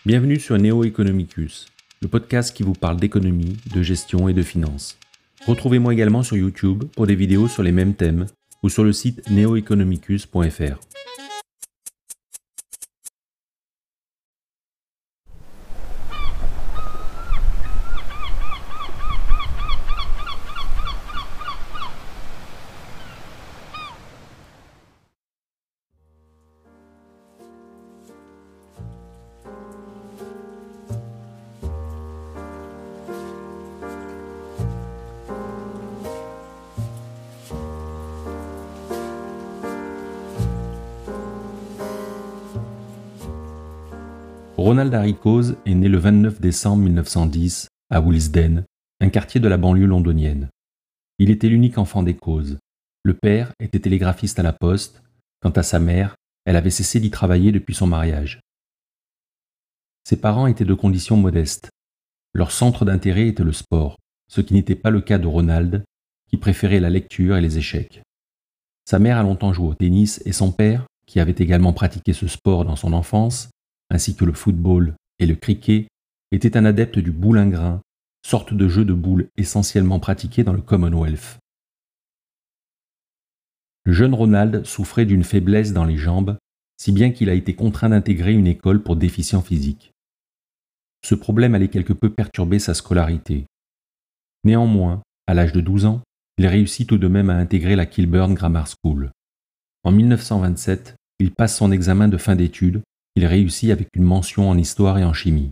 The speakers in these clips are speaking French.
Bienvenue sur Neo Economicus, le podcast qui vous parle d'économie, de gestion et de finance. Retrouvez-moi également sur YouTube pour des vidéos sur les mêmes thèmes ou sur le site neoeconomicus.fr. Ronald Henry Coase est né le 29 décembre 1910 à Willesden, un quartier de la banlieue londonienne. Il était l'unique enfant des Coase. Le père était télégraphiste à la poste, quant à sa mère, elle avait cessé d'y travailler depuis son mariage. Ses parents étaient de conditions modestes. Leur centre d'intérêt était le sport, ce qui n'était pas le cas de Ronald, qui préférait la lecture et les échecs. Sa mère a longtemps joué au tennis et son père, qui avait également pratiqué ce sport dans son enfance, ainsi que le football et le cricket, était un adepte du boulingrin, sorte de jeu de boules essentiellement pratiqué dans le Commonwealth. Le jeune Ronald souffrait d'une faiblesse dans les jambes, si bien qu'il a été contraint d'intégrer une école pour déficients physiques. Ce problème allait quelque peu perturber sa scolarité. Néanmoins, à l'âge de 12 ans, il réussit tout de même à intégrer la Kilburn Grammar School. En 1927, il passe son examen de fin d'études. Il réussit avec une mention en histoire et en chimie.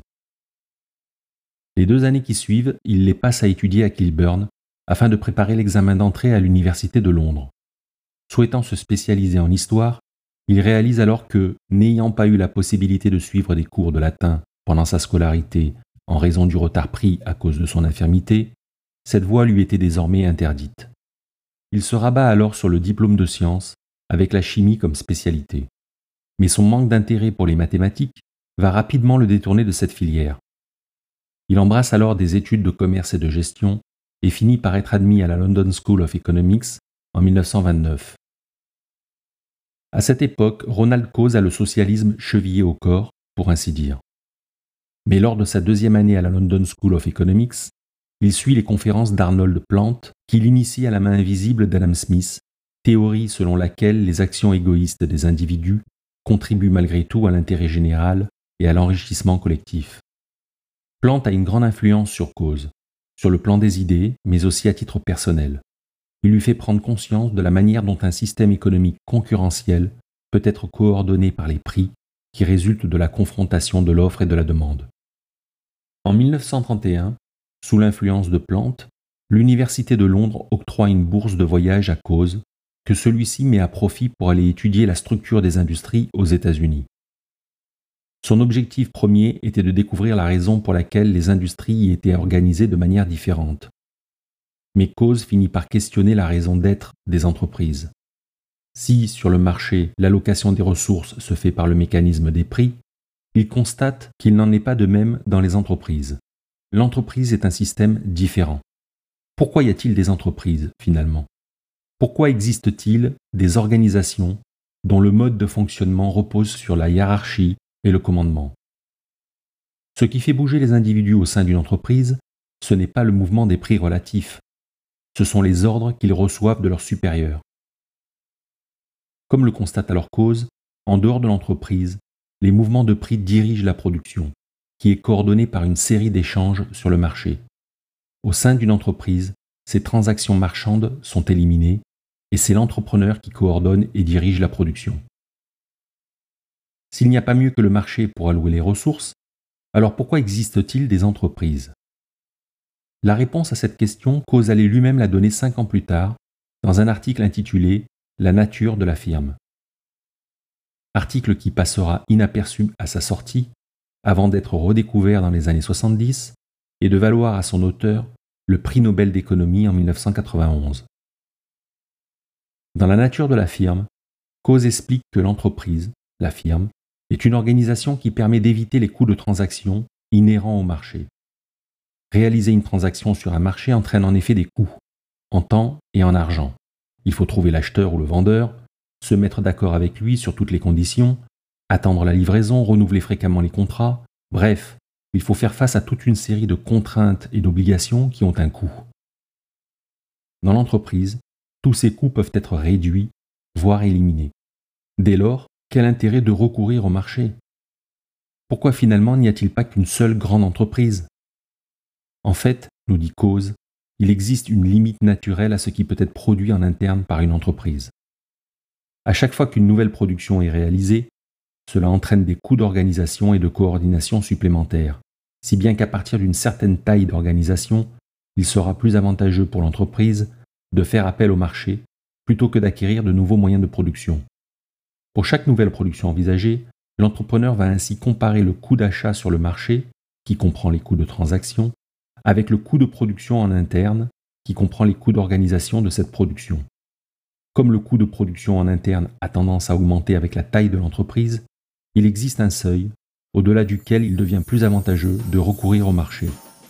Les 2 années qui suivent, il les passe à étudier à Kilburn afin de préparer l'examen d'entrée à l'Université de Londres. Souhaitant se spécialiser en histoire, il réalise alors que, n'ayant pas eu la possibilité de suivre des cours de latin pendant sa scolarité en raison du retard pris à cause de son infirmité, cette voie lui était désormais interdite. Il se rabat alors sur le diplôme de sciences avec la chimie comme spécialité. Mais son manque d'intérêt pour les mathématiques va rapidement le détourner de cette filière. Il embrasse alors des études de commerce et de gestion et finit par être admis à la London School of Economics en 1929. À cette époque, Ronald Coase a le socialisme chevillé au corps, pour ainsi dire. Mais lors de sa 2e année à la London School of Economics, il suit les conférences d'Arnold Plant qui l'initie à la main invisible d'Adam Smith, théorie selon laquelle les actions égoïstes des individus contribue malgré tout à l'intérêt général et à l'enrichissement collectif. Plant a une grande influence sur Coase, sur le plan des idées, mais aussi à titre personnel. Il lui fait prendre conscience de la manière dont un système économique concurrentiel peut être coordonné par les prix qui résultent de la confrontation de l'offre et de la demande. En 1931, sous l'influence de Plant, l'Université de Londres octroie une bourse de voyage à Coase que celui-ci met à profit pour aller étudier la structure des industries aux États-Unis. Son objectif premier était de découvrir la raison pour laquelle les industries y étaient organisées de manière différente. Mais Coase finit par questionner la raison d'être des entreprises. Si, sur le marché, l'allocation des ressources se fait par le mécanisme des prix, il constate qu'il n'en est pas de même dans les entreprises. L'entreprise est un système différent. Pourquoi y a-t-il des entreprises, finalement ? Pourquoi existe-t-il des organisations dont le mode de fonctionnement repose sur la hiérarchie et le commandement ? Ce qui fait bouger les individus au sein d'une entreprise, ce n'est pas le mouvement des prix relatifs, ce sont les ordres qu'ils reçoivent de leurs supérieurs. Comme le constate alors Coase, en dehors de l'entreprise, les mouvements de prix dirigent la production, qui est coordonnée par une série d'échanges sur le marché. Au sein d'une entreprise, ces transactions marchandes sont éliminées et c'est l'entrepreneur qui coordonne et dirige la production. S'il n'y a pas mieux que le marché pour allouer les ressources, alors pourquoi existe-t-il des entreprises ? La réponse à cette question, Coase allait lui-même la donner 5 ans plus tard, dans un article intitulé « La nature de la firme ». Article qui passera inaperçu à sa sortie, avant d'être redécouvert dans les années 70 et de valoir à son auteur le prix Nobel d'économie en 1991. Dans la nature de la firme, Coase explique que l'entreprise, la firme, est une organisation qui permet d'éviter les coûts de transaction inhérents au marché. Réaliser une transaction sur un marché entraîne en effet des coûts, en temps et en argent. Il faut trouver l'acheteur ou le vendeur, se mettre d'accord avec lui sur toutes les conditions, attendre la livraison, renouveler fréquemment les contrats, Bref, il faut faire face à toute une série de contraintes et d'obligations qui ont un coût. Dans l'entreprise, tous ces coûts peuvent être réduits, voire éliminés. Dès lors, quel intérêt de recourir au marché? Pourquoi finalement n'y a-t-il pas qu'une seule grande entreprise? En fait, nous dit Coase, il existe une limite naturelle à ce qui peut être produit en interne par une entreprise. À chaque fois qu'une nouvelle production est réalisée, cela entraîne des coûts d'organisation et de coordination supplémentaires, si bien qu'à partir d'une certaine taille d'organisation, il sera plus avantageux pour l'entreprise de faire appel au marché plutôt que d'acquérir de nouveaux moyens de production. Pour chaque nouvelle production envisagée, l'entrepreneur va ainsi comparer le coût d'achat sur le marché, qui comprend les coûts de transaction, avec le coût de production en interne, qui comprend les coûts d'organisation de cette production. Comme le coût de production en interne a tendance à augmenter avec la taille de l'entreprise, il existe un seuil au-delà duquel il devient plus avantageux de recourir au marché.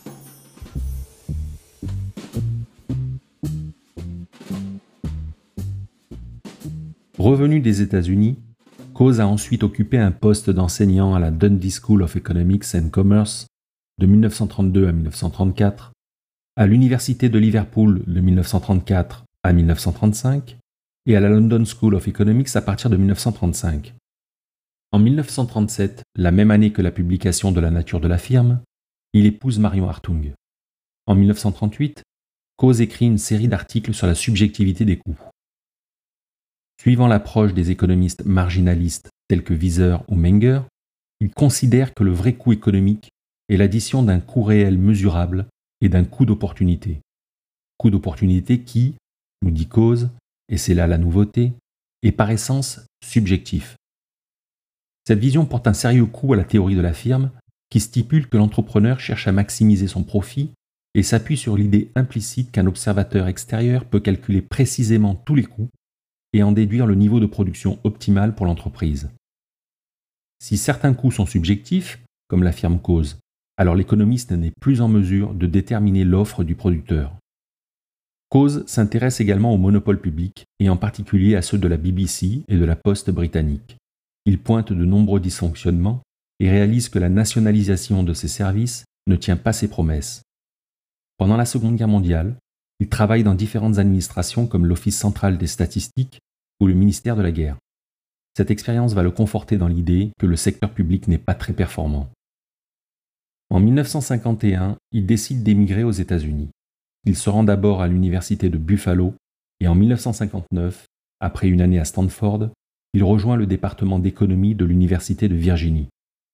Revenu des États-Unis, Coase a ensuite occupé un poste d'enseignant à la Dundee School of Economics and Commerce de 1932 à 1934, à l'Université de Liverpool de 1934 à 1935 et à la London School of Economics à partir de 1935. En 1937, la même année que la publication de la nature de la firme, il épouse Marion Hartung. En 1938, Coase écrit une série d'articles sur la subjectivité des coûts. Suivant l'approche des économistes marginalistes tels que Wieser ou Menger, il considère que le vrai coût économique est l'addition d'un coût réel mesurable et d'un coût d'opportunité. Coût d'opportunité qui, nous dit Coase, et c'est là la nouveauté, est par essence subjectif. Cette vision porte un sérieux coup à la théorie de la firme qui stipule que l'entrepreneur cherche à maximiser son profit et s'appuie sur l'idée implicite qu'un observateur extérieur peut calculer précisément tous les coûts et en déduire le niveau de production optimal pour l'entreprise. Si certains coûts sont subjectifs, comme l'affirme Coase, alors l'économiste n'est plus en mesure de déterminer l'offre du producteur. Coase s'intéresse également aux monopoles publics et en particulier à ceux de la BBC et de la Poste britannique. Il pointe de nombreux dysfonctionnements et réalise que la nationalisation de ces services ne tient pas ses promesses. Pendant la Seconde Guerre mondiale, il travaille dans différentes administrations comme l'Office central des statistiques ou le ministère de la Guerre. Cette expérience va le conforter dans l'idée que le secteur public n'est pas très performant. En 1951, il décide d'émigrer aux États-Unis. Il se rend d'abord à l'université de Buffalo et en 1959, après une année à Stanford, il rejoint le département d'économie de l'Université de Virginie.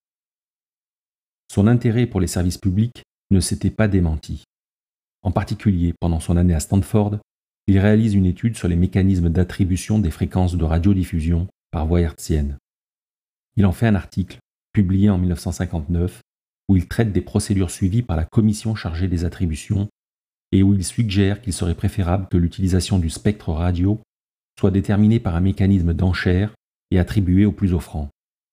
Son intérêt pour les services publics ne s'était pas démenti. En particulier, pendant son année à Stanford, il réalise une étude sur les mécanismes d'attribution des fréquences de radiodiffusion par voie hertzienne. Il en fait un article, publié en 1959, où il traite des procédures suivies par la commission chargée des attributions et où il suggère qu'il serait préférable que l'utilisation du spectre radio soit déterminée par un mécanisme d'enchère et attribuée au plus offrant.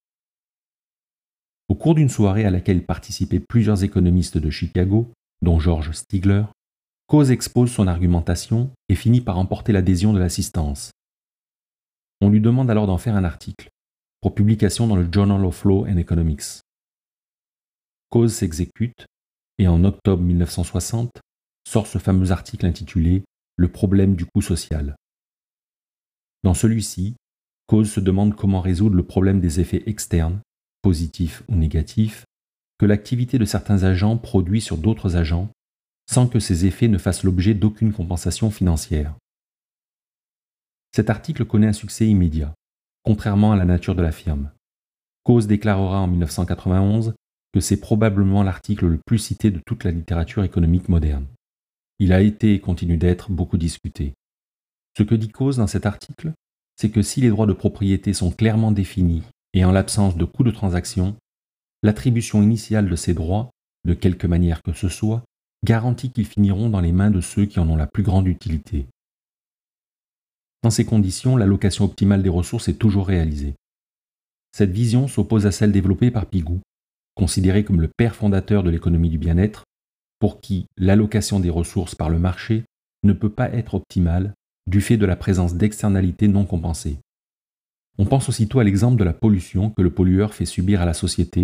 Au cours d'une soirée à laquelle participaient plusieurs économistes de Chicago, dont George Stigler, Coase expose son argumentation et finit par emporter l'adhésion de l'assistance. On lui demande alors d'en faire un article, pour publication dans le Journal of Law and Economics. Coase s'exécute et en octobre 1960 sort ce fameux article intitulé « Le problème du coût social ». Dans celui-ci, Coase se demande comment résoudre le problème des effets externes, positifs ou négatifs, que l'activité de certains agents produit sur d'autres agents, sans que ces effets ne fassent l'objet d'aucune compensation financière. Cet article connaît un succès immédiat, contrairement à la nature de la firme. Coase déclarera en 1991 que c'est probablement l'article le plus cité de toute la littérature économique moderne. Il a été et continue d'être beaucoup discuté. Ce que dit Coase dans cet article, c'est que si les droits de propriété sont clairement définis et en l'absence de coût de transaction, l'attribution initiale de ces droits, de quelque manière que ce soit, garantit qu'ils finiront dans les mains de ceux qui en ont la plus grande utilité. Dans ces conditions, l'allocation optimale des ressources est toujours réalisée. Cette vision s'oppose à celle développée par Pigou, considéré comme le père fondateur de l'économie du bien-être, pour qui l'allocation des ressources par le marché ne peut pas être optimale du fait de la présence d'externalités non compensées. On pense aussitôt à l'exemple de la pollution que le pollueur fait subir à la société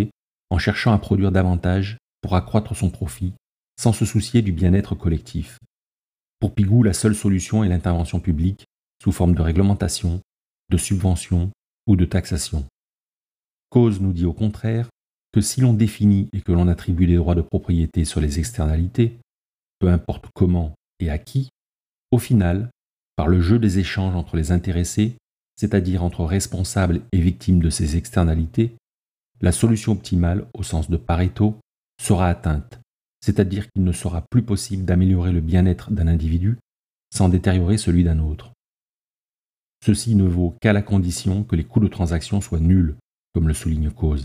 en cherchant à produire davantage pour accroître son profit, sans se soucier du bien-être collectif. Pour Pigou, la seule solution est l'intervention publique sous forme de réglementation, de subvention ou de taxation. Coase nous dit au contraire que si l'on définit et que l'on attribue les droits de propriété sur les externalités, peu importe comment et à qui, au final, par le jeu des échanges entre les intéressés, c'est-à-dire entre responsables et victimes de ces externalités, la solution optimale, au sens de Pareto, sera atteinte, c'est-à-dire qu'il ne sera plus possible d'améliorer le bien-être d'un individu sans détériorer celui d'un autre. Ceci ne vaut qu'à la condition que les coûts de transaction soient nuls, comme le souligne Coase.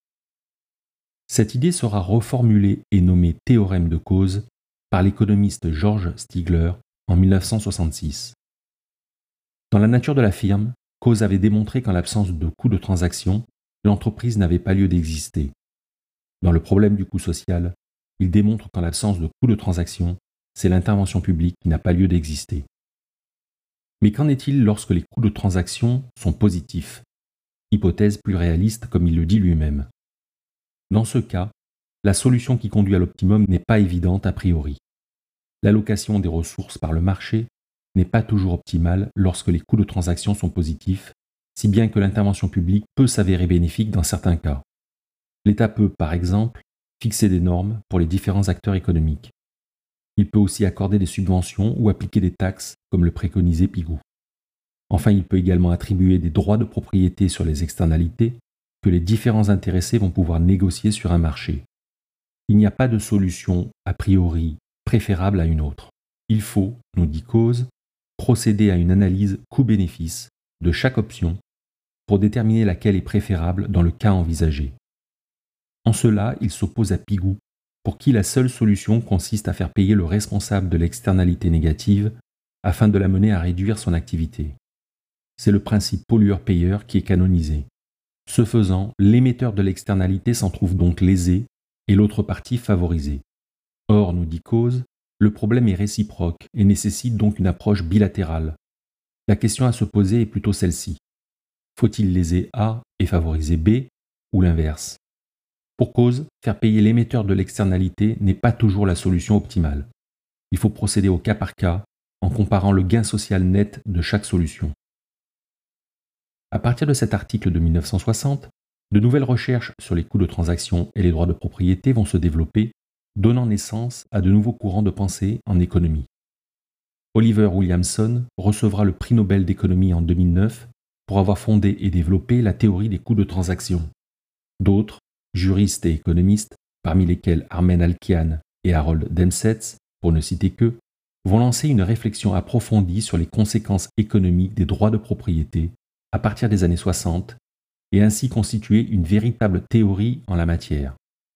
Cette idée sera reformulée et nommée théorème de Coase par l'économiste George Stigler en 1966. Dans la nature de la firme, Coase avait démontré qu'en l'absence de coûts de transaction, l'entreprise n'avait pas lieu d'exister. Dans le problème du coût social, il démontre qu'en l'absence de coûts de transaction, c'est l'intervention publique qui n'a pas lieu d'exister. Mais qu'en est-il lorsque les coûts de transaction sont positifs? Hypothèse plus réaliste comme il le dit lui-même. Dans ce cas, la solution qui conduit à l'optimum n'est pas évidente a priori. L'allocation des ressources par le marché n'est pas toujours optimale lorsque les coûts de transaction sont positifs, si bien que l'intervention publique peut s'avérer bénéfique dans certains cas. L'État peut, par exemple, fixer des normes pour les différents acteurs économiques. Il peut aussi accorder des subventions ou appliquer des taxes, comme le préconisait Pigou. Enfin, il peut également attribuer des droits de propriété sur les externalités que les différents intéressés vont pouvoir négocier sur un marché. Il n'y a pas de solution, a priori, préférable à une autre. Il faut, nous dit Coase, procéder à une analyse coût-bénéfice de chaque option pour déterminer laquelle est préférable dans le cas envisagé. En cela, il s'oppose à Pigou, pour qui la seule solution consiste à faire payer le responsable de l'externalité négative afin de l'amener à réduire son activité. C'est le principe pollueur-payeur qui est canonisé. Ce faisant, l'émetteur de l'externalité s'en trouve donc lésé et l'autre partie favorisée. Or, nous dit Coase, le problème est réciproque et nécessite donc une approche bilatérale. La question à se poser est plutôt celle-ci. Faut-il léser A et favoriser B, ou l'inverse? Pour Coase, faire payer l'émetteur de l'externalité n'est pas toujours la solution optimale. Il faut procéder au cas par cas, en comparant le gain social net de chaque solution. À partir de cet article de 1960, de nouvelles recherches sur les coûts de transaction et les droits de propriété vont se développer, donnant naissance à de nouveaux courants de pensée en économie. Oliver Williamson recevra le prix Nobel d'économie en 2009 pour avoir fondé et développé la théorie des coûts de transaction. D'autres, juristes et économistes, parmi lesquels Armen Alkian et Harold Demsetz, pour ne citer qu'eux, vont lancer une réflexion approfondie sur les conséquences économiques des droits de propriété à partir des années 60 et ainsi constituer une véritable théorie en la matière.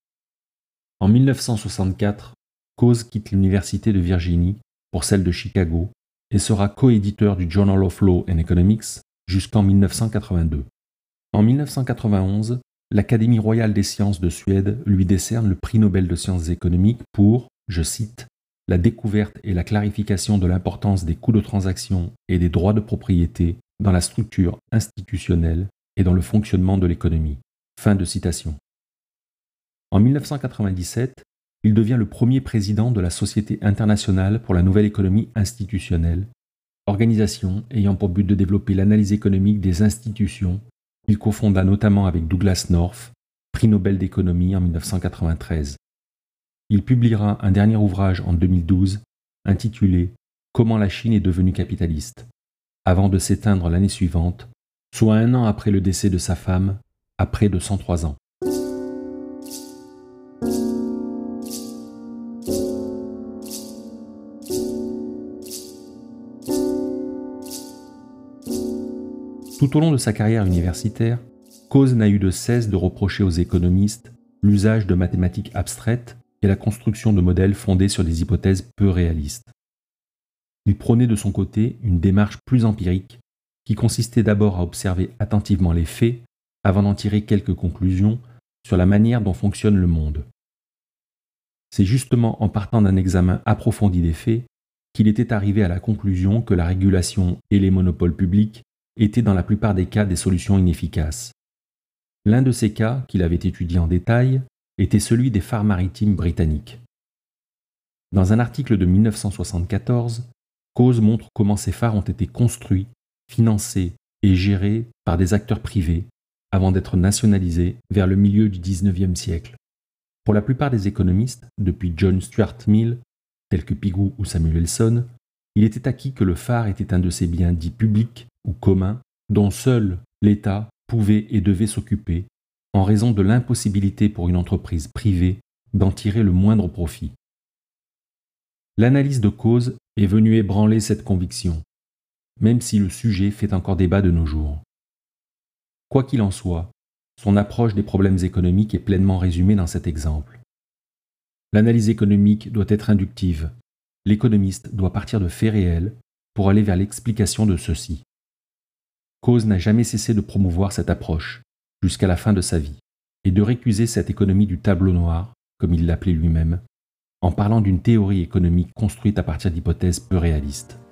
En 1964, Coase quitte l'Université de Virginie pour celle de Chicago et sera coéditeur du Journal of Law and Economics jusqu'en 1982. En 1991, l'Académie royale des sciences de Suède lui décerne le prix Nobel de sciences économiques pour, je cite, « la découverte et la clarification de l'importance des coûts de transaction et des droits de propriété dans la structure institutionnelle et dans le fonctionnement de l'économie. » Fin de citation. En 1997, il devient le premier président de la Société internationale pour la nouvelle économie institutionnelle, organisation ayant pour but de développer l'analyse économique des institutions. Il cofonda notamment avec Douglass North, prix Nobel d'économie en 1993. Il publiera un dernier ouvrage en 2012 intitulé « Comment la Chine est devenue capitaliste », avant de s'éteindre l'année suivante, soit 1 an après le décès de sa femme, à près de 103 ans. Tout au long de sa carrière universitaire, Coase n'a eu de cesse de reprocher aux économistes l'usage de mathématiques abstraites et la construction de modèles fondés sur des hypothèses peu réalistes. Il prônait de son côté une démarche plus empirique qui consistait d'abord à observer attentivement les faits avant d'en tirer quelques conclusions sur la manière dont fonctionne le monde. C'est justement en partant d'un examen approfondi des faits qu'il était arrivé à la conclusion que la régulation et les monopoles publics étaient dans la plupart des cas des solutions inefficaces. L'un de ces cas, qu'il avait étudié en détail, était celui des phares maritimes britanniques. Dans un article de 1974, Coase montre comment ces phares ont été construits, financés et gérés par des acteurs privés avant d'être nationalisés vers le milieu du XIXe siècle. Pour la plupart des économistes, depuis John Stuart Mill, tels que Pigou ou Samuelson, il était acquis que le phare était un de ces biens dits publics ou communs dont seul l'État pouvait et devait s'occuper en raison de l'impossibilité pour une entreprise privée d'en tirer le moindre profit. L'analyse de Coase est venue ébranler cette conviction, même si le sujet fait encore débat de nos jours. Quoi qu'il en soit, son approche des problèmes économiques est pleinement résumée dans cet exemple. L'analyse économique doit être inductive. L'économiste doit partir de faits réels pour aller vers l'explication de ceux-ci. Coase n'a jamais cessé de promouvoir cette approche, jusqu'à la fin de sa vie, et de récuser cette économie du tableau noir, comme il l'appelait lui-même, en parlant d'une théorie économique construite à partir d'hypothèses peu réalistes.